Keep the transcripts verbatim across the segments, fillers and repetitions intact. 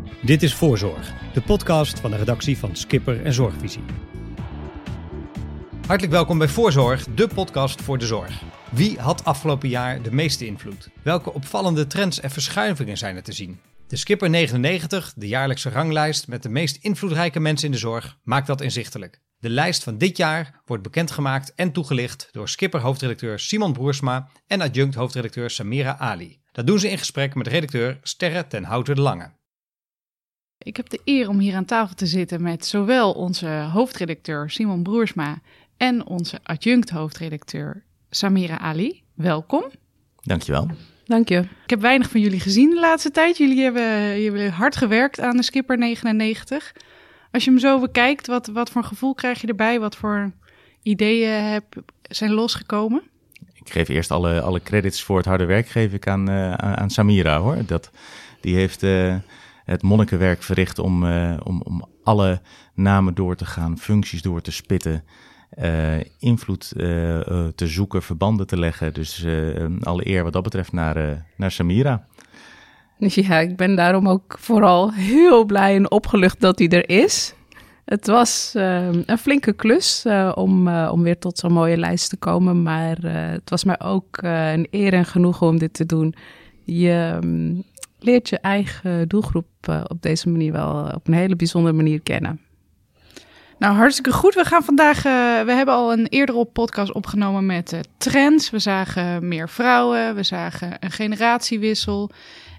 Dit is Voorzorg, de podcast van de redactie van Skipper en Zorgvisie. Hartelijk welkom bij Voorzorg, de podcast voor de zorg. Wie had afgelopen jaar de meeste invloed? Welke opvallende trends en verschuivingen zijn er te zien? De Skipper negenennegentig, de jaarlijkse ranglijst met de meest invloedrijke mensen in de zorg, maakt dat inzichtelijk. De lijst van dit jaar wordt bekendgemaakt en toegelicht door Skipper-hoofdredacteur Simon Broersma en adjunct-hoofdredacteur Samira Ali. Dat doen ze in gesprek met redacteur Sterre ten Houte de Lange. Ik heb de eer om hier aan tafel te zitten met zowel onze hoofdredacteur Simon Broersma en onze adjunct-hoofdredacteur Samira Ali. Welkom. Dankjewel. Dank je. Ik heb weinig van jullie gezien de laatste tijd. Jullie hebben, jullie hebben hard gewerkt aan de Skipper negenennegentig. Als je hem zo bekijkt, wat, wat voor gevoel krijg je erbij? Wat voor ideeën heb, zijn losgekomen? Ik geef eerst alle, alle credits voor het harde werk geef ik aan, uh, aan Samira, hoor. Dat, die heeft uh, het monnikenwerk verricht om, uh, om, om alle namen door te gaan, functies door te spitten, uh, invloed uh, uh, te zoeken, verbanden te leggen. Dus uh, alle eer wat dat betreft naar, uh, naar Samira. Ja, ik ben daarom ook vooral heel blij en opgelucht dat hij er is. Het was uh, een flinke klus uh, om, uh, om weer tot zo'n mooie lijst te komen. Maar uh, het was mij ook uh, een eer en genoegen om dit te doen. Je um, leert je eigen doelgroep uh, op deze manier wel uh, op een hele bijzondere manier kennen. Nou, hartstikke goed. We gaan vandaag, uh, we hebben al een eerdere podcast opgenomen met uh, trends. We zagen meer vrouwen, we zagen een generatiewissel.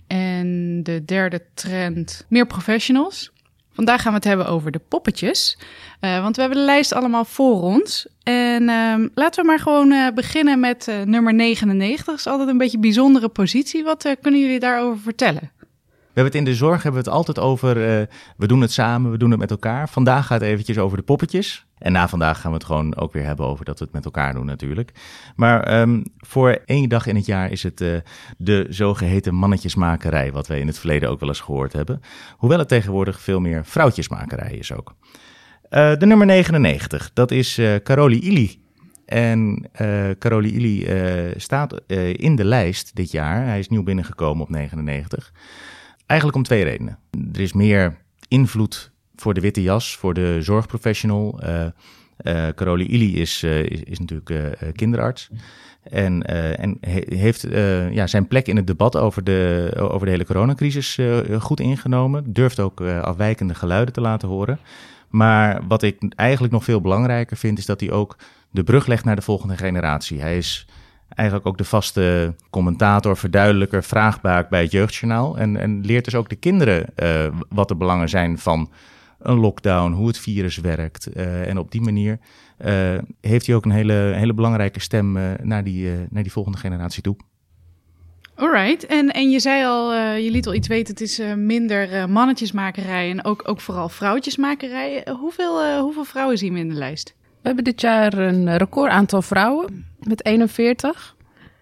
En de derde trend, meer professionals. Vandaag gaan we het hebben over de poppetjes. Uh, want we hebben de lijst allemaal voor ons. En uh, laten we maar gewoon uh, beginnen met uh, nummer negenennegentig. Dat is altijd een beetje een bijzondere positie. Wat uh, kunnen jullie daarover vertellen? We hebben het in de zorg hebben we het altijd over, uh, we doen het samen, we doen het met elkaar. Vandaag gaat het eventjes over de poppetjes. En na vandaag gaan we het gewoon ook weer hebben over dat we het met elkaar doen natuurlijk. Maar um, voor één dag in het jaar is het uh, de zogeheten mannetjesmakerij, wat wij in het verleden ook wel eens gehoord hebben. Hoewel het tegenwoordig veel meer vrouwtjesmakerij is ook. Uh, de nummer negenennegentig, dat is uh, Karoli Ili. En uh, Karoli Ili uh, staat uh, in de lijst dit jaar. Hij is nieuw binnengekomen op negenennegentig. Eigenlijk om twee redenen. Er is meer invloed voor de witte jas, voor de zorgprofessional. Uh, uh, Karoli Ili is, uh, is, is natuurlijk uh, kinderarts. En, uh, en he, heeft uh, ja, zijn plek in het debat over de, over de hele coronacrisis uh, goed ingenomen. Durft ook uh, afwijkende geluiden te laten horen. Maar wat ik eigenlijk nog veel belangrijker vind, is dat hij ook de brug legt naar de volgende generatie. Hij is eigenlijk ook de vaste commentator, verduidelijker, vraagbaak bij het Jeugdjournaal. En, en leert dus ook de kinderen uh, wat de belangen zijn van een lockdown, hoe het virus werkt. Uh, en op die manier uh, heeft hij ook een hele, hele belangrijke stem uh, naar, die, uh, naar die volgende generatie toe. Alright, en, en je zei al, uh, je liet al iets weten, het is uh, minder uh, mannetjesmakerij en ook, ook vooral vrouwtjesmakerij. Uh, hoeveel, uh, hoeveel vrouwen zien we in de lijst? We hebben dit jaar een record aantal vrouwen met eenenveertig.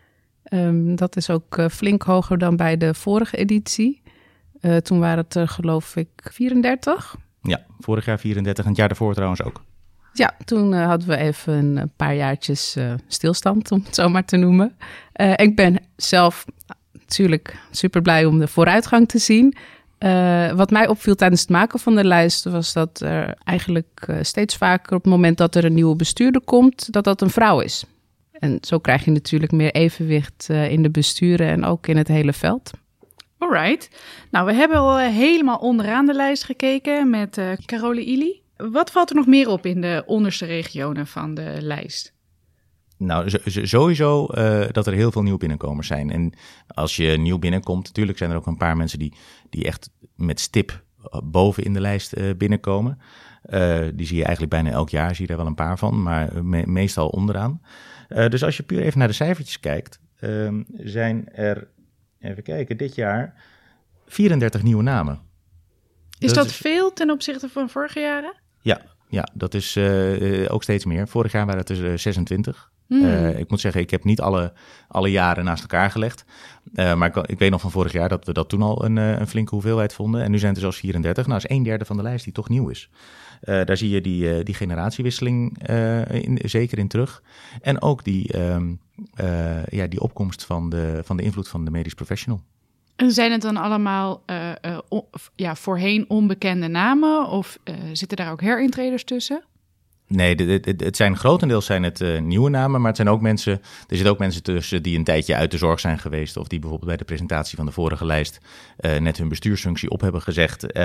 Um, dat is ook uh, flink hoger dan bij de vorige editie. Uh, toen waren het er geloof ik vierendertig. Ja, vorig jaar vierendertig en het jaar daarvoor trouwens ook. Ja, toen uh, hadden we even een paar jaartjes uh, stilstand, om het zo maar te noemen. Uh, ik ben zelf natuurlijk super blij om de vooruitgang te zien. Uh, wat mij opviel tijdens het maken van de lijst was dat er eigenlijk uh, steeds vaker op het moment dat er een nieuwe bestuurder komt, dat dat een vrouw is. En zo krijg je natuurlijk meer evenwicht uh, in de besturen en ook in het hele veld. Alright. Nou, we hebben al uh, helemaal onderaan de lijst gekeken met uh, Karoli Ili. Wat valt er nog meer op in de onderste regionen van de lijst? Nou, sowieso uh, dat er heel veel nieuwe binnenkomers zijn. En als je nieuw binnenkomt, natuurlijk zijn er ook een paar mensen die, die echt met stip boven in de lijst uh, binnenkomen. Uh, die zie je eigenlijk bijna elk jaar, zie je daar wel een paar van, maar me- meestal onderaan. Uh, dus als je puur even naar de cijfertjes kijkt, uh, zijn er, even kijken, dit jaar vierendertig nieuwe namen. Is dat, dat is, veel ten opzichte van vorige jaren? Ja, ja dat is uh, ook steeds meer. Vorig jaar waren het dus uh, zesentwintig. Hmm. Uh, ik moet zeggen, ik heb niet alle, alle jaren naast elkaar gelegd. Uh, maar ik, ik weet nog van vorig jaar dat we dat toen al een, een flinke hoeveelheid vonden. En nu zijn het er zelfs vierendertig. Nou, dat is een derde van de lijst die toch nieuw is. Uh, daar zie je die, uh, die generatiewisseling uh, in, zeker in terug. En ook die, um, uh, ja, die opkomst van de, van de invloed van de medisch professional. En zijn het dan allemaal uh, uh, on, ja, voorheen onbekende namen of uh, zitten daar ook herintreders tussen? Nee, het, het, het zijn grotendeels zijn het uh, nieuwe namen, maar het zijn ook mensen, er zitten ook mensen tussen die een tijdje uit de zorg zijn geweest of die bijvoorbeeld bij de presentatie van de vorige lijst uh, net hun bestuursfunctie op hebben gezegd, uh,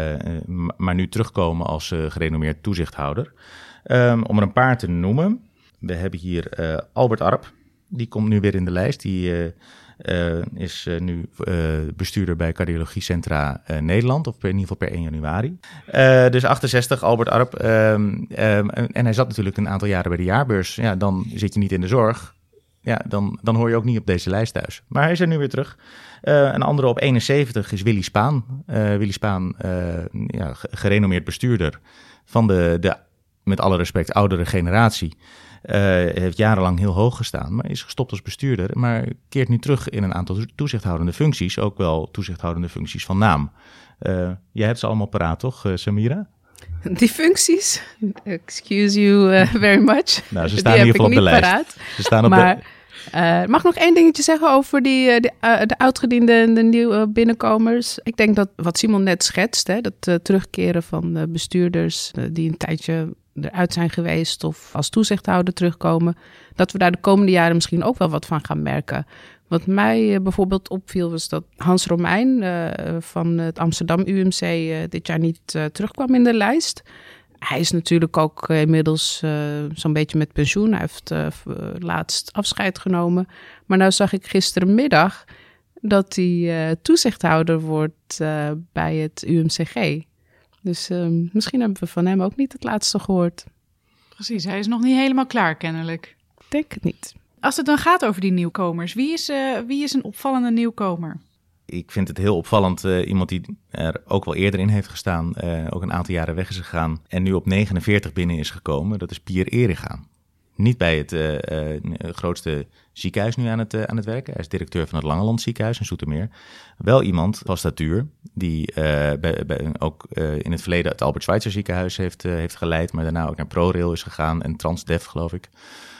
maar nu terugkomen als uh, gerenommeerd toezichthouder. Um, om er een paar te noemen, we hebben hier uh, Albert Arp, die komt nu weer in de lijst, die uh, uh, is uh, nu uh, bestuurder bij Cardiologie Centra uh, Nederland, of per, in ieder geval per één januari. Uh, dus achtenzestig, Albert Arp. Um, um, en hij zat natuurlijk een aantal jaren bij de jaarbeurs. Ja, dan zit je niet in de zorg. Ja, dan, dan hoor je ook niet op deze lijst thuis. Maar hij is er nu weer terug. Uh, een andere op eenenzeventig is Willy Spaan. Uh, Willy Spaan, uh, ja, gerenommeerd bestuurder van de, de, met alle respect, oudere generatie. Uh, heeft jarenlang heel hoog gestaan, maar is gestopt als bestuurder. Maar keert nu terug in een aantal toezichthoudende functies. Ook wel toezichthoudende functies van naam. Uh, jij hebt ze allemaal paraat, toch, uh, Samira? Die functies? Excuse you uh, very much. Nou, ze staan in ieder geval op de lijst. Paraat. Ze staan op maar, de... uh, mag ik nog één dingetje zeggen over die, uh, de, uh, de oudgediende en de nieuwe binnenkomers? Ik denk dat wat Simon net schetst, hè, dat uh, terugkeren van uh, bestuurders uh, die een tijdje eruit zijn geweest of als toezichthouder terugkomen, dat we daar de komende jaren misschien ook wel wat van gaan merken. Wat mij uh, bijvoorbeeld opviel was dat Hans Romein uh, van het Amsterdam U M C uh, dit jaar niet uh, terugkwam in de lijst. Hij is natuurlijk ook uh, inmiddels uh, zo'n beetje met pensioen. Hij heeft uh, laatst afscheid genomen. Maar nou zag ik gisterenmiddag dat hij uh, toezichthouder wordt uh, bij het U M C G. Dus uh, misschien hebben we van hem ook niet het laatste gehoord. Precies, hij is nog niet helemaal klaar kennelijk. Ik denk het niet. Als het dan gaat over die nieuwkomers, wie is, uh, wie is een opvallende nieuwkomer? Ik vind het heel opvallend, uh, iemand die er ook wel eerder in heeft gestaan, uh, ook een aantal jaren weg is gegaan en nu op negenenveertig binnen is gekomen, dat is Pier Eriga. Niet bij het uh, uh, grootste ziekenhuis nu aan het, uh, aan het werken. Hij is directeur van het Langeland ziekenhuis in Zoetermeer. Wel iemand van statuur die uh, bij, bij, ook uh, in het verleden het Albert Schweitzer ziekenhuis heeft, uh, heeft geleid, maar daarna ook naar ProRail is gegaan en Transdev, geloof ik.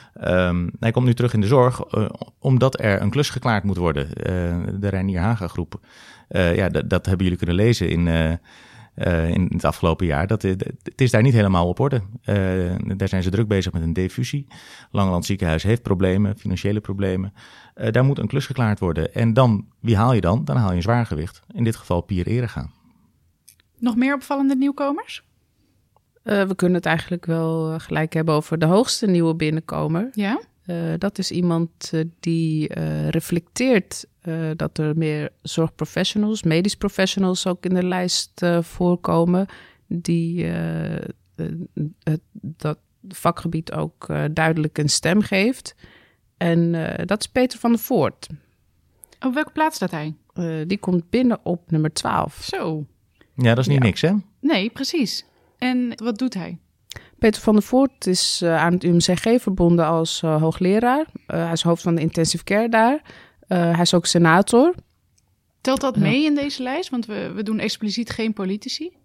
Um, hij komt nu terug in de zorg uh, omdat er een klus geklaard moet worden. Uh, de Reinier Haga groep. Uh, ja, d- dat hebben jullie kunnen lezen in, uh, uh, in het afgelopen jaar. Dat, uh, het is daar niet helemaal op orde. Uh, daar zijn ze druk bezig met een defusie. Langeland ziekenhuis heeft problemen, financiële problemen. Uh, daar moet een klus geklaard worden. En dan, wie haal je dan? Dan haal je een zwaargewicht. In dit geval Pier Eriga. Nog meer opvallende nieuwkomers? Uh, we kunnen het eigenlijk wel gelijk hebben over de hoogste nieuwe binnenkomer. Ja? Uh, dat is iemand uh, die uh, reflecteert uh, dat er meer zorgprofessionals, medisch professionals ook in de lijst uh, voorkomen. Die uh, uh, het, dat vakgebied ook uh, duidelijk een stem geeft. En uh, dat is Peter van der Voort. Op welke plaats staat hij? Uh, die komt binnen op nummer twaalf. Zo. Ja, dat is niet Ja. niks, hè? Nee, precies. En wat doet hij? Peter van der Voort is uh, aan het U M C G verbonden als uh, hoogleraar. Uh, hij is hoofd van de intensive care daar. Uh, hij is ook senator. Telt dat Ja. mee in deze lijst? Want we, we doen expliciet geen politici. Nou,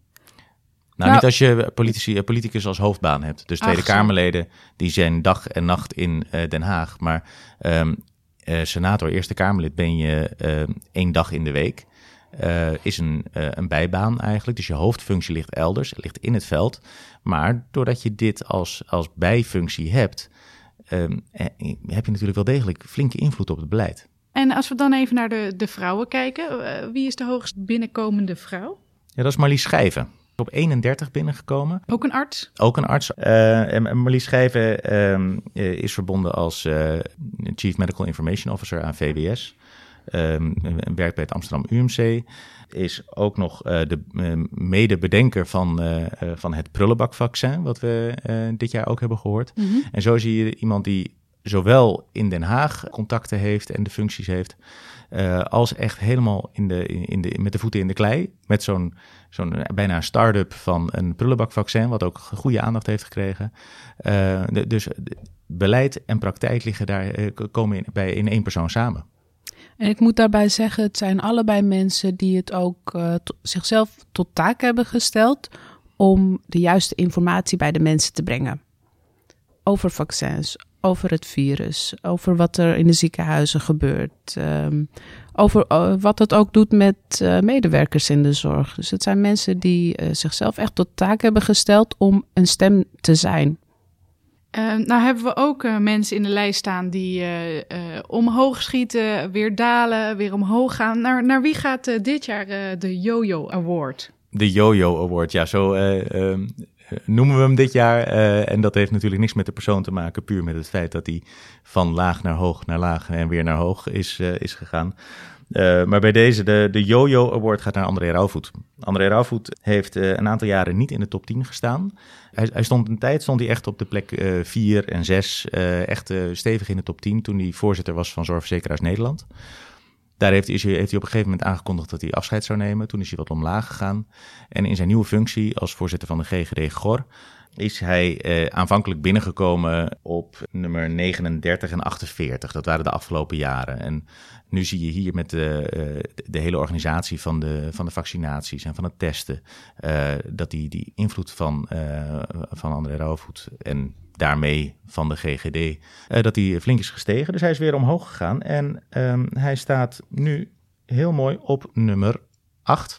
Nou, niet als je politici, politicus als hoofdbaan hebt. Dus Tweede Ach, zo. Kamerleden, die zijn dag en nacht in uh, Den Haag. Maar um, uh, senator, Eerste Kamerlid ben je uh, één dag in de week. Uh, is een, uh, een bijbaan eigenlijk. Dus je hoofdfunctie ligt elders, ligt in het veld. Maar doordat je dit als, als bijfunctie hebt, um, eh, heb je natuurlijk wel degelijk flinke invloed op het beleid. En als we dan even naar de, de vrouwen kijken. Uh, wie is de hoogst binnenkomende vrouw? Ja, dat is Marlies Schijven. Op eenendertig binnengekomen. Ook een arts? Ook een arts. Uh, en Marlies Schijven um, is verbonden als uh, Chief Medical Information Officer aan V W S. Um, werkt bij het Amsterdam U M C. Is ook nog uh, de uh, medebedenker van, uh, uh, van het prullenbakvaccin, wat we uh, dit jaar ook hebben gehoord. Mm-hmm. En zo zie je iemand die zowel in Den Haag contacten heeft en de functies heeft, uh, als echt helemaal in de, in de, met de voeten in de klei. Met zo'n, zo'n bijna start-up van een prullenbakvaccin, wat ook goede aandacht heeft gekregen. Uh, de, dus de, beleid en praktijk liggen daar, uh, komen in, bij, in één persoon samen. En ik moet daarbij zeggen, het zijn allebei mensen die het ook uh, to- zichzelf tot taak hebben gesteld om de juiste informatie bij de mensen te brengen. Over vaccins, over het virus, over wat er in de ziekenhuizen gebeurt, um, over uh, wat het ook doet met uh, medewerkers in de zorg. Dus het zijn mensen die uh, zichzelf echt tot taak hebben gesteld om een stem te zijn. Uh, nou hebben we ook uh, mensen in de lijst staan die uh, uh, omhoog schieten, weer dalen, weer omhoog gaan. Naar, naar wie gaat uh, dit jaar uh, de Yo-Yo Award? De Yo-Yo Award, ja, zo uh, uh, noemen we hem dit jaar. Uh, en dat heeft natuurlijk niks met de persoon te maken, puur met het feit dat hij van laag naar hoog, naar laag en weer naar hoog is, uh, is gegaan. Uh, maar bij deze, de, de Yo-Yo Award gaat naar André Rauwvoet. André Rauwvoet heeft uh, een aantal jaren niet in de top tien gestaan. Hij, hij stond een tijd stond hij echt op de plek uh, vier en zes, uh, echt uh, stevig in de top tien toen hij voorzitter was van Zorgverzekeraars Nederland. Daar heeft hij, heeft hij op een gegeven moment aangekondigd dat hij afscheid zou nemen. Toen is hij wat omlaag gegaan. En in zijn nieuwe functie als voorzitter van de G G D G O R is hij uh, aanvankelijk binnengekomen op nummer negenendertig en achtenveertig. Dat waren de afgelopen jaren. En nu zie je hier met de, uh, de hele organisatie van de, van de vaccinaties en van het testen, uh, dat die, die invloed van, uh, van André Rauwvoet en daarmee van de G G D, uh, dat die flink is gestegen. Dus hij is weer omhoog gegaan en um, hij staat nu heel mooi op nummer acht.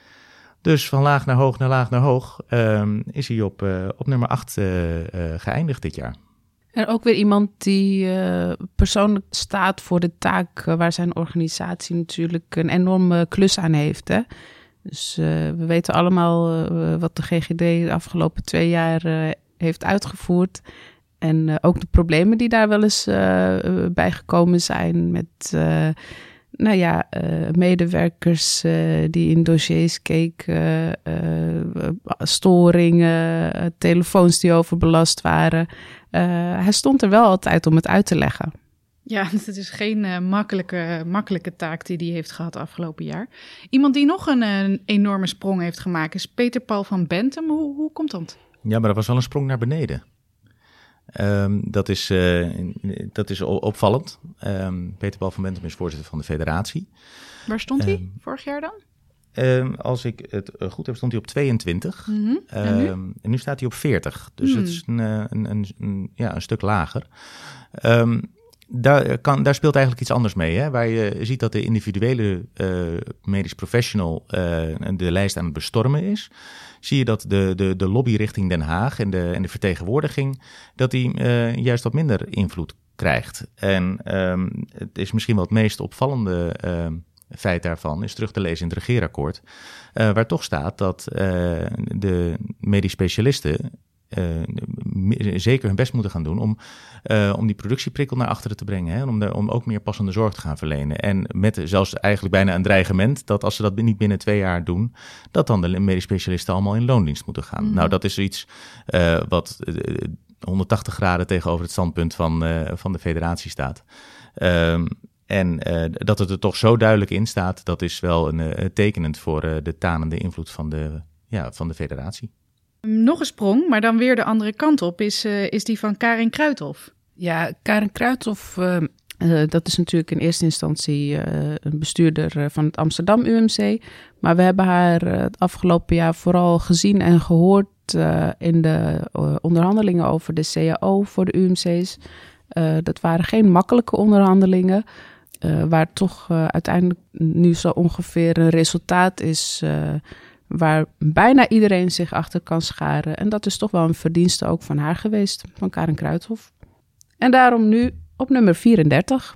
Dus van laag naar hoog naar laag naar hoog um, is hij op, uh, op nummer acht uh, uh, geëindigd dit jaar. En ook weer iemand die uh, persoonlijk staat voor de taak uh, waar zijn organisatie natuurlijk een enorme klus aan heeft. Hè? Dus uh, we weten allemaal uh, wat de G G D de afgelopen twee jaar uh, heeft uitgevoerd. En uh, ook de problemen die daar wel eens uh, bij gekomen zijn met Uh, Nou ja, uh, medewerkers uh, die in dossiers keken, uh, storingen, uh, telefoons die overbelast waren. Uh, hij stond er wel altijd om het uit te leggen. Ja, het is geen uh, makkelijke, makkelijke taak die hij heeft gehad afgelopen jaar. Iemand die nog een, een enorme sprong heeft gemaakt is Peter Paul van Bentum. Hoe, hoe komt dat? Ja, maar dat was wel een sprong naar beneden. Um, dat, is, uh, dat is opvallend. Um, Peter Paul van Bentum is voorzitter van de federatie. Waar stond hij um, vorig jaar dan? Um, als ik het goed heb, stond hij op tweeëntwintig. Mm-hmm. En, nu? Um, en nu staat hij op veertig. Dus mm. het is een, een, een, een, ja, een stuk lager. Um, daar, kan, daar speelt eigenlijk iets anders mee. Hè? Waar je ziet dat de individuele uh, medisch professional uh, de lijst aan het bestormen is, zie je dat de, de, de lobby richting Den Haag en de, en de vertegenwoordiging, dat die uh, juist wat minder invloed krijgt. En um, het is misschien wel het meest opvallende uh, feit daarvan is terug te lezen in het regeerakkoord, uh, waar toch staat dat uh, de medisch specialisten Uh, zeker hun best moeten gaan doen om, uh, om die productieprikkel naar achteren te brengen. Hè? Om, de, om ook meer passende zorg te gaan verlenen. En met zelfs eigenlijk bijna een dreigement dat als ze dat niet binnen twee jaar doen, dat dan de medisch specialisten allemaal in loondienst moeten gaan. Mm. Nou, dat is iets uh, wat uh, honderdtachtig graden tegenover het standpunt van, uh, van de federatie staat. Um, En uh, dat het er toch zo duidelijk in staat, dat is wel een, uh, tekenend voor uh, de tanende invloed van de, ja, van de federatie. Nog een sprong, maar dan weer de andere kant op, is, uh, is die van Karin Kruithof. Ja, Karin Kruithof, uh, uh, dat is natuurlijk in eerste instantie uh, een bestuurder uh, van het Amsterdam U M C. Maar we hebben haar uh, het afgelopen jaar vooral gezien en gehoord uh, in de uh, onderhandelingen over de C A O voor de U M C's. Uh, dat waren geen makkelijke onderhandelingen, uh, waar toch uh, uiteindelijk nu zo ongeveer een resultaat is Uh, waar bijna iedereen zich achter kan scharen. En dat is toch wel een verdienste ook van haar geweest, van Karin Kruithof. En daarom nu op nummer vierendertig.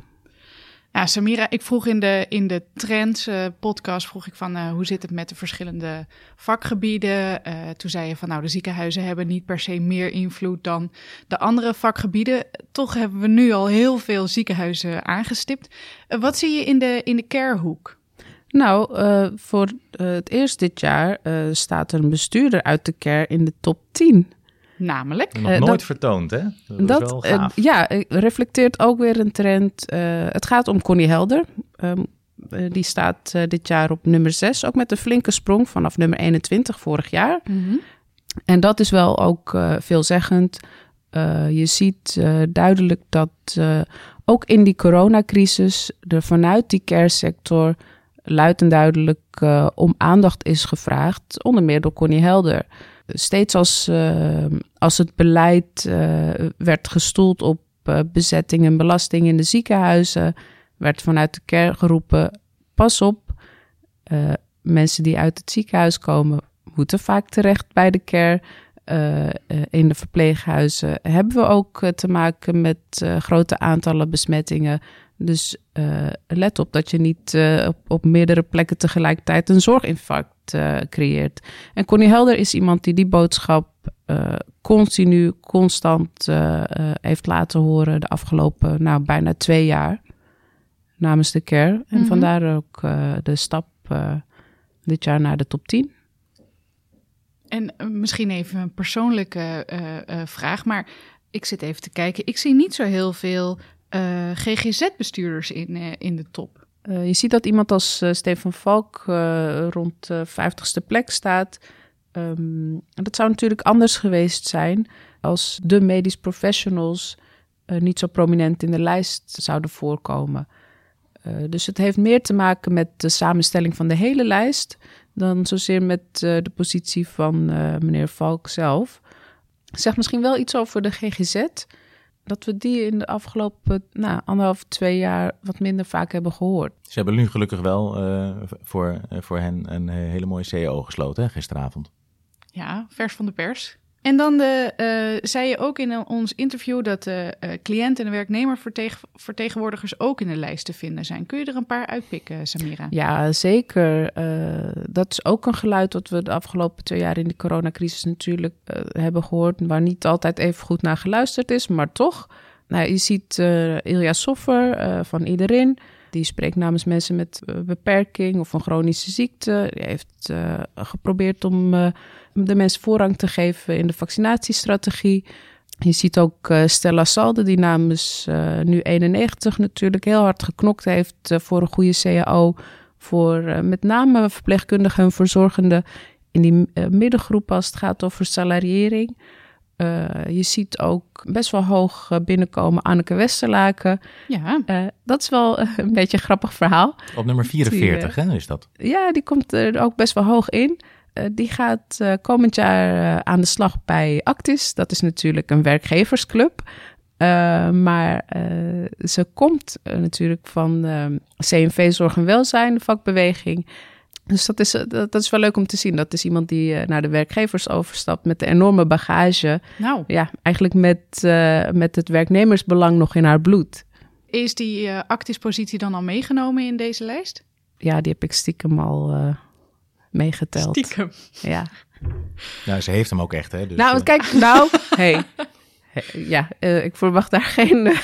Ja, Samira, ik vroeg in de, in de Trends uh, podcast, vroeg ik van uh, hoe zit het met de verschillende vakgebieden? Uh, toen zei je van nou, de ziekenhuizen hebben niet per se meer invloed dan de andere vakgebieden. Toch hebben we nu al heel veel ziekenhuizen aangestipt. Uh, wat zie je in de, in de carehoek? Nou, uh, voor uh, het eerst dit jaar uh, staat er een bestuurder uit de care in de top tien. Namelijk? Nog uh, nooit dat, vertoond, hè? Dat, dat is wel gaaf. Uh, ja, reflecteert ook weer een trend. Uh, het gaat om Connie Helder. Um, uh, die staat uh, dit jaar op nummer zes, ook met een flinke sprong vanaf nummer eenentwintig vorig jaar. Mm-hmm. En dat is wel ook uh, veelzeggend. Uh, je ziet uh, duidelijk dat uh, ook in die coronacrisis er vanuit die care-sector luid en duidelijk uh, om aandacht is gevraagd, onder meer door Connie Helder. Steeds als, uh, als het beleid uh, werd gestoeld op uh, bezetting en belasting in de ziekenhuizen. Werd vanuit de kerk geroepen, pas op, uh, mensen die uit het ziekenhuis komen moeten vaak terecht bij de care. Uh, uh, in de verpleeghuizen hebben we ook uh, te maken met uh, grote aantallen besmettingen. Dus uh, let op dat je niet uh, op, op meerdere plekken tegelijkertijd een zorginfarct uh, creëert. En Connie Helder is iemand die die boodschap uh, continu, constant uh, uh, heeft laten horen de afgelopen nou, bijna twee jaar namens de care. En mm-hmm. vandaar ook uh, de stap uh, dit jaar naar de top tien. En uh, misschien even een persoonlijke uh, uh, vraag, maar ik zit even te kijken. Ik zie niet zo heel veel uh, G G Z-bestuurders in, uh, in de top. Uh, je ziet dat iemand als uh, Stefan Valk uh, rond de vijftigste plek staat. Um, en dat zou natuurlijk anders geweest zijn als de medisch professionals uh, niet zo prominent in de lijst zouden voorkomen. Uh, dus het heeft meer te maken met de samenstelling van de hele lijst dan zozeer met uh, de positie van uh, meneer Valk zelf. Zeg misschien wel iets over de G G Z, dat we die in de afgelopen nou, anderhalf, twee jaar wat minder vaak hebben gehoord. Ze hebben nu gelukkig wel uh, voor, uh, voor hen een hele mooie C A O gesloten, hè, gisteravond. Ja, vers van de pers. En dan de, uh, zei je ook in ons interview dat de uh, cliënt- en de werknemervertegenwoordigers ook in de lijst te vinden zijn. Kun je er een paar uitpikken, Samira? Ja, zeker. Uh, dat is ook een geluid dat we de afgelopen twee jaar in de coronacrisis natuurlijk uh, hebben gehoord, waar niet altijd even goed naar geluisterd is, maar toch. Nou, je ziet uh, Ilja Soffer uh, van Iedereen. Die spreekt namens mensen met uh, beperking of een chronische ziekte. Die heeft uh, geprobeerd om uh, de mensen voorrang te geven in de vaccinatiestrategie. Je ziet ook uh, Stella Salde, die namens uh, nu eenennegentig natuurlijk heel hard geknokt heeft uh, voor een goede C A O. Voor uh, met name verpleegkundigen en verzorgenden in die uh, middengroep als het gaat over salariering. Uh, je ziet ook best wel hoog uh, binnenkomen Anneke Westerlaken. Ja. Uh, dat is wel uh, een beetje een grappig verhaal. Op nummer vierenveertig, die, uh, hè, is dat? Ja, die komt er ook best wel hoog in. Uh, die gaat uh, komend jaar uh, aan de slag bij Actis. Dat is natuurlijk een werkgeversclub. Uh, maar uh, ze komt uh, natuurlijk van uh, C N V Zorg en Welzijn, de vakbeweging. Dus dat is, dat is wel leuk om te zien. Dat is iemand die uh, naar de werkgevers overstapt met de enorme bagage. Nou. Ja, eigenlijk met, uh, met het werknemersbelang nog in haar bloed. Is die uh, Actis-positie dan al meegenomen in deze lijst? Ja, die heb ik stiekem al uh, meegeteld. Stiekem? Ja. Nou, ze heeft hem ook echt, hè? Dus, nou, uh... kijk, nou, hey. Ja, uh, ik verwacht daar geen uh,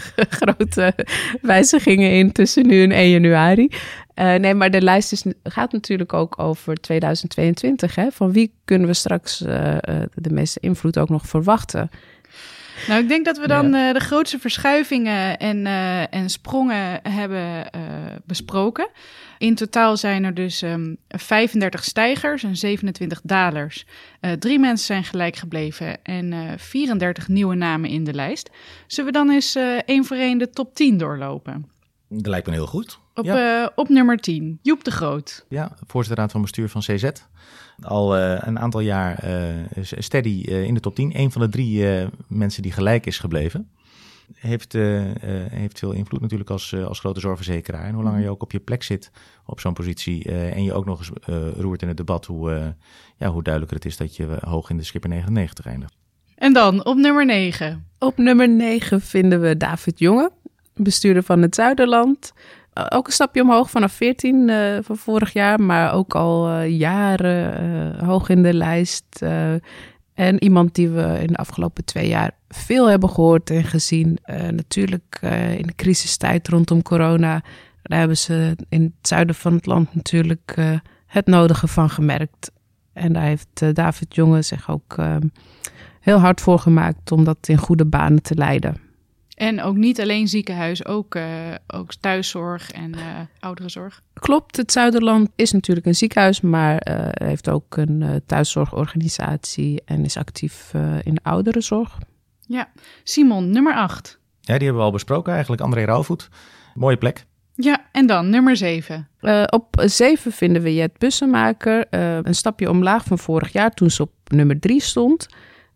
grote wijzigingen in tussen nu en één januari. Uh, nee, maar de lijst is, gaat natuurlijk ook over tweeduizend tweeëntwintig. Hè? Van wie kunnen we straks uh, uh, de meeste invloed ook nog verwachten? Nou, ik denk dat we dan ja. uh, de grootste verschuivingen en, uh, en sprongen hebben uh, besproken. In totaal zijn er dus um, vijfendertig stijgers en zevenentwintig dalers. Uh, drie mensen zijn gelijk gebleven en uh, vierendertig nieuwe namen in de lijst. Zullen we dan eens uh, één voor één de top tien doorlopen? Dat lijkt me heel goed. Op, ja. uh, op nummer tien, Joep de Groot. Ja, voorzitter raad van bestuur van C Z. Al uh, een aantal jaar uh, steady uh, in de top tien. Een van de drie uh, mensen die gelijk is gebleven. Heeft, uh, uh, heeft veel invloed natuurlijk als, uh, als grote zorgverzekeraar. En hoe langer je ook op je plek zit op zo'n positie uh, en je ook nog eens uh, roert in het debat, hoe, uh, ja, hoe duidelijker het is dat je hoog in de Skipper negenennegentig eindigt. En dan op nummer negen. Op nummer negen vinden we David Jonge, bestuurder van het Zuiderland. Uh, ook een stapje omhoog vanaf veertien uh, van vorig jaar, maar ook al uh, jaren uh, hoog in de lijst. Uh, en iemand die we in de afgelopen twee jaar veel hebben gehoord en gezien. Uh, natuurlijk uh, in de crisistijd rondom corona, daar hebben ze in het zuiden van het land natuurlijk uh, het nodige van gemerkt. En daar heeft uh, David Jonge zich ook uh, heel hard voor gemaakt om dat in goede banen te leiden. En ook niet alleen ziekenhuis, ook, uh, ook thuiszorg en uh, ouderenzorg. Klopt, het Zuiderland is natuurlijk een ziekenhuis, maar uh, heeft ook een uh, thuiszorgorganisatie en is actief uh, in de ouderenzorg. Ja, Simon, nummer acht. Ja, die hebben we al besproken eigenlijk. André Rauwvoet, mooie plek. Ja, en dan nummer zeven. Uh, op zeven vinden we Jet Bussemaker, uh, een stapje omlaag van vorig jaar toen ze op nummer drie stond.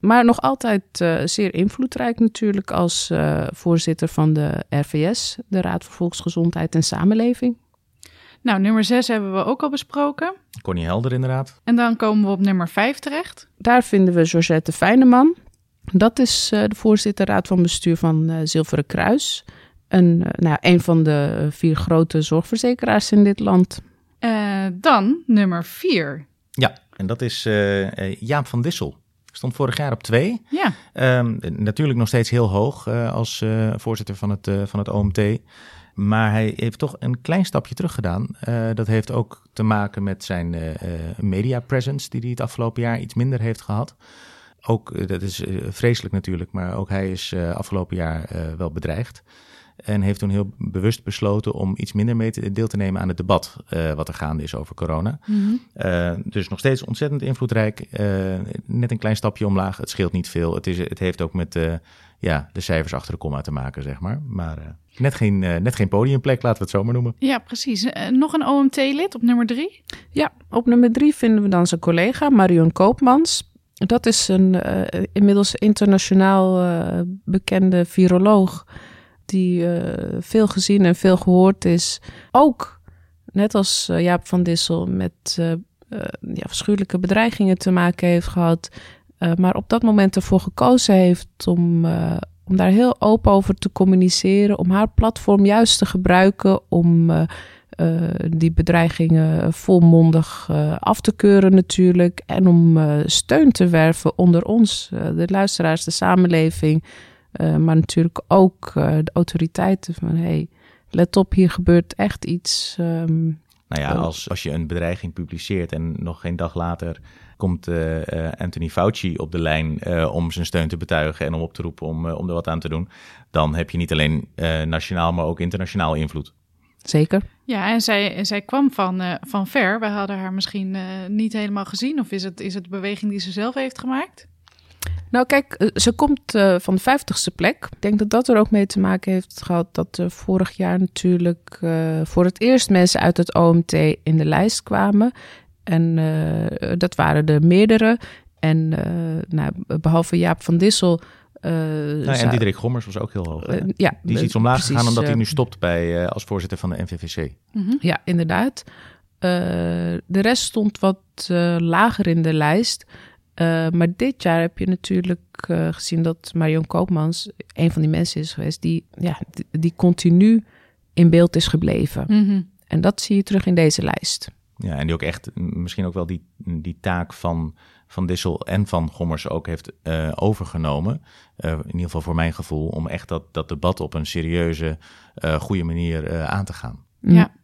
maar nog altijd uh, zeer invloedrijk natuurlijk als uh, voorzitter van de R V S, de Raad voor Volksgezondheid en Samenleving. Nou, nummer zes hebben we ook al besproken. Connie Helder inderdaad. En dan komen we op nummer vijf terecht. Daar vinden we Georgette Fijneman. Dat is uh, de voorzitter Raad van Bestuur van uh, Zilveren Kruis. Een, uh, nou, een van de vier grote zorgverzekeraars in dit land. Uh, dan nummer vier. Ja, en dat is uh, Jaap van Dissel. Stond vorig jaar op twee. Ja. Um, natuurlijk nog steeds heel hoog uh, als uh, voorzitter van het, uh, van het O M T. Maar hij heeft toch een klein stapje terug gedaan. Uh, dat heeft ook te maken met zijn uh, media presence, die hij het afgelopen jaar iets minder heeft gehad. Ook, uh, dat is uh, vreselijk natuurlijk, maar ook hij is uh, afgelopen jaar uh, wel bedreigd. En heeft toen heel bewust besloten om iets minder mee te, deel te nemen aan het debat uh, wat er gaande is over corona. Mm-hmm. Uh, dus nog steeds ontzettend invloedrijk. Uh, net een klein stapje omlaag. Het scheelt niet veel. Het, is, het heeft ook met uh, ja, de cijfers achter de komma te maken, zeg maar. Maar uh, net, geen, uh, net geen podiumplek, laten we het zo maar noemen. Ja, precies. Uh, nog een O M T-lid op nummer drie? Ja, op nummer drie vinden we dan zijn collega Marion Koopmans. Dat is een uh, inmiddels internationaal uh, bekende viroloog die uh, veel gezien en veel gehoord is. Ook, net als uh, Jaap van Dissel, met uh, uh, ja, afschuwelijke bedreigingen te maken heeft gehad. Uh, maar op dat moment ervoor gekozen heeft om, uh, om daar heel open over te communiceren. Om haar platform juist te gebruiken om uh, uh, die bedreigingen volmondig uh, af te keuren natuurlijk. En om uh, steun te werven onder ons, uh, de luisteraars, de samenleving. Uh, maar natuurlijk ook uh, de autoriteiten van, hey, let op, hier gebeurt echt iets. Um, nou ja, als, als je een bedreiging publiceert en nog geen dag later komt uh, uh, Anthony Fauci op de lijn uh, om zijn steun te betuigen en om op te roepen om, uh, om er wat aan te doen, dan heb je niet alleen uh, nationaal, maar ook internationaal invloed. Zeker. Ja, en zij, zij kwam van, uh, van ver. We hadden haar misschien uh, niet helemaal gezien. Of is het, is het de beweging die ze zelf heeft gemaakt? Nou kijk, ze komt uh, van de vijftigste plek. Ik denk dat dat er ook mee te maken heeft gehad dat uh, vorig jaar natuurlijk uh, voor het eerst mensen uit het O M T in de lijst kwamen. En uh, dat waren er meerdere. En uh, nou, behalve Jaap van Dissel... Uh, nou, en Diederik Gommers was ook heel hoog. Uh, ja, Die is iets omlaag precies, gegaan omdat uh, hij nu stopt bij, uh, als voorzitter van de N V V C. Mm-hmm. Ja, inderdaad. Uh, de rest stond wat uh, lager in de lijst... Uh, maar dit jaar heb je natuurlijk uh, gezien dat Marion Koopmans een van die mensen is geweest die, ja, die, die continu in beeld is gebleven. Mm-hmm. En dat zie je terug in deze lijst. Ja, en die ook echt misschien ook wel die, die taak van, van Dissel en van Gommers ook heeft uh, overgenomen. Uh, in ieder geval voor mijn gevoel, om echt dat, dat debat op een serieuze, uh, goede manier uh, aan te gaan. Mm. Ja.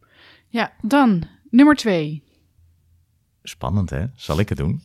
Ja, dan nummer twee. Spannend, hè? Zal ik het doen?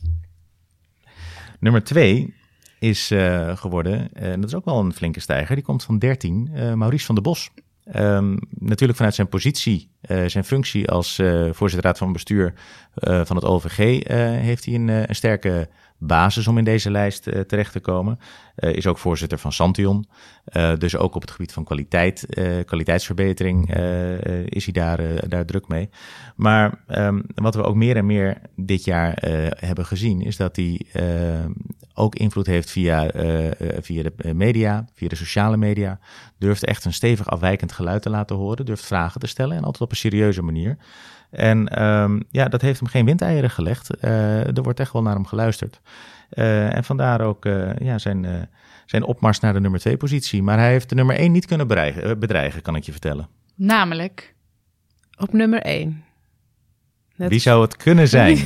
Nummer twee is uh, geworden, en uh, dat is ook wel een flinke stijger, die komt van dertien, uh, Maurice van der Bos. Um, natuurlijk vanuit zijn positie, uh, zijn functie als uh, voorzitter raad van bestuur uh, van het O V G, uh, heeft hij een, uh, een sterke basis om in deze lijst uh, terecht te komen. Uh, is ook voorzitter van Santion, uh, dus ook op het gebied van kwaliteit, uh, kwaliteitsverbetering uh, uh, is hij daar, uh, daar druk mee. Maar um, wat we ook meer en meer dit jaar uh, hebben gezien, is dat hij uh, ook invloed heeft via, uh, uh, via de media, via de sociale media. Durft echt een stevig afwijkend geluid te laten horen, durft vragen te stellen en altijd op een serieuze manier. En um, ja, dat heeft hem geen windeieren gelegd. Uh, er wordt echt wel naar hem geluisterd. Uh, en vandaar ook uh, ja, zijn, uh, zijn opmars naar de nummer twee positie. Maar hij heeft de nummer één niet kunnen bedreigen, bedreigen kan ik je vertellen. Namelijk? Op nummer één. Net... Wie zou het kunnen zijn?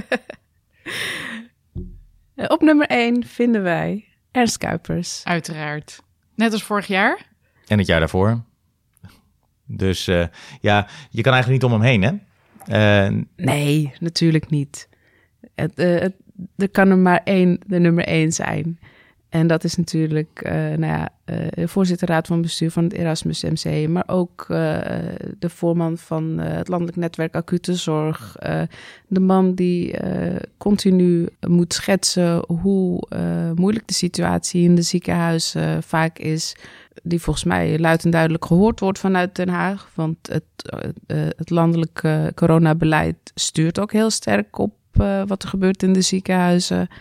Op nummer één vinden wij Ernst Kuipers. Uiteraard. Net als vorig jaar. En het jaar daarvoor. Dus uh, ja, je kan eigenlijk niet om hem heen, hè? Uh, nee, natuurlijk niet. Het, uh, het, er kan er maar één, de nummer één zijn. En dat is natuurlijk uh, nou ja, uh, de voorzitter raad van bestuur van het Erasmus M C... maar ook uh, de voorman van uh, het landelijk netwerk acute zorg. Uh, de man die uh, continu moet schetsen hoe uh, moeilijk de situatie in de ziekenhuizen uh, vaak is... die volgens mij luid en duidelijk gehoord wordt vanuit Den Haag. Want het, uh, het landelijke uh, coronabeleid stuurt ook heel sterk op uh, wat er gebeurt in de ziekenhuizen.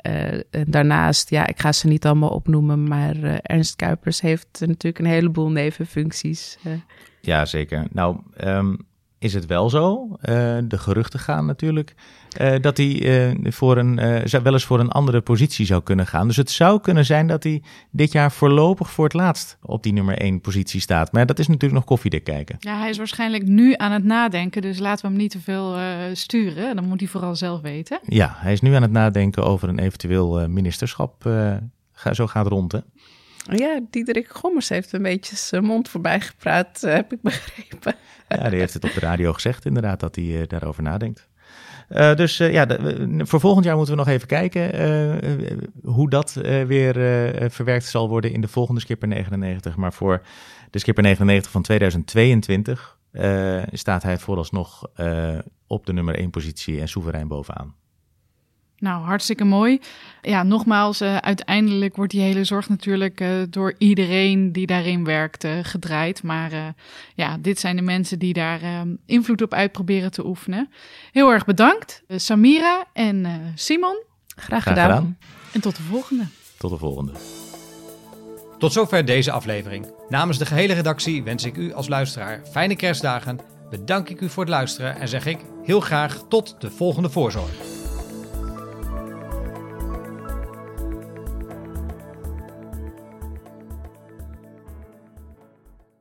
uh, en daarnaast, ja, ik ga ze niet allemaal opnoemen, maar uh, Ernst Kuipers heeft natuurlijk een heleboel nevenfuncties. Uh. Ja, zeker. Nou, um, is het wel zo? Uh, de geruchten gaan natuurlijk uh, dat hij uh, voor een, uh, wel eens voor een andere positie zou kunnen gaan. Dus het zou kunnen zijn dat hij dit jaar voorlopig voor het laatst op die nummer één positie staat. Maar dat is natuurlijk nog koffiedik kijken. Ja, hij is waarschijnlijk nu aan het nadenken, dus laten we hem niet te veel uh, sturen. Dan moet hij vooral zelf weten. Ja, hij is nu aan het nadenken over een eventueel uh, ministerschap. Uh, ga, zo gaat rond, hè? Ja, Diederik Gommers heeft een beetje zijn mond voorbij gepraat, uh, heb ik begrepen. Ja, die heeft het op de radio gezegd inderdaad, dat hij uh, daarover nadenkt. Uh, dus uh, ja, de, uh, voor volgend jaar moeten we nog even kijken uh, uh, hoe dat uh, weer uh, verwerkt zal worden in de volgende Skipper negenennegentig. Maar voor de Skipper negenennegentig van tweeduizend tweeëntwintig uh, staat hij vooralsnog uh, op de nummer één positie en soeverein bovenaan. Nou, hartstikke mooi. Ja, nogmaals, uh, uiteindelijk wordt die hele zorg natuurlijk uh, door iedereen die daarin werkt uh, gedraaid. Maar uh, ja, dit zijn de mensen die daar uh, invloed op uit proberen te oefenen. Heel erg bedankt, uh, Samira en uh, Simon. Graag, Graag gedaan. gedaan. En tot de volgende. Tot de volgende. Tot zover deze aflevering. Namens de gehele redactie wens ik u als luisteraar fijne kerstdagen. Bedank ik u voor het luisteren en zeg ik heel graag tot de volgende voorzorg.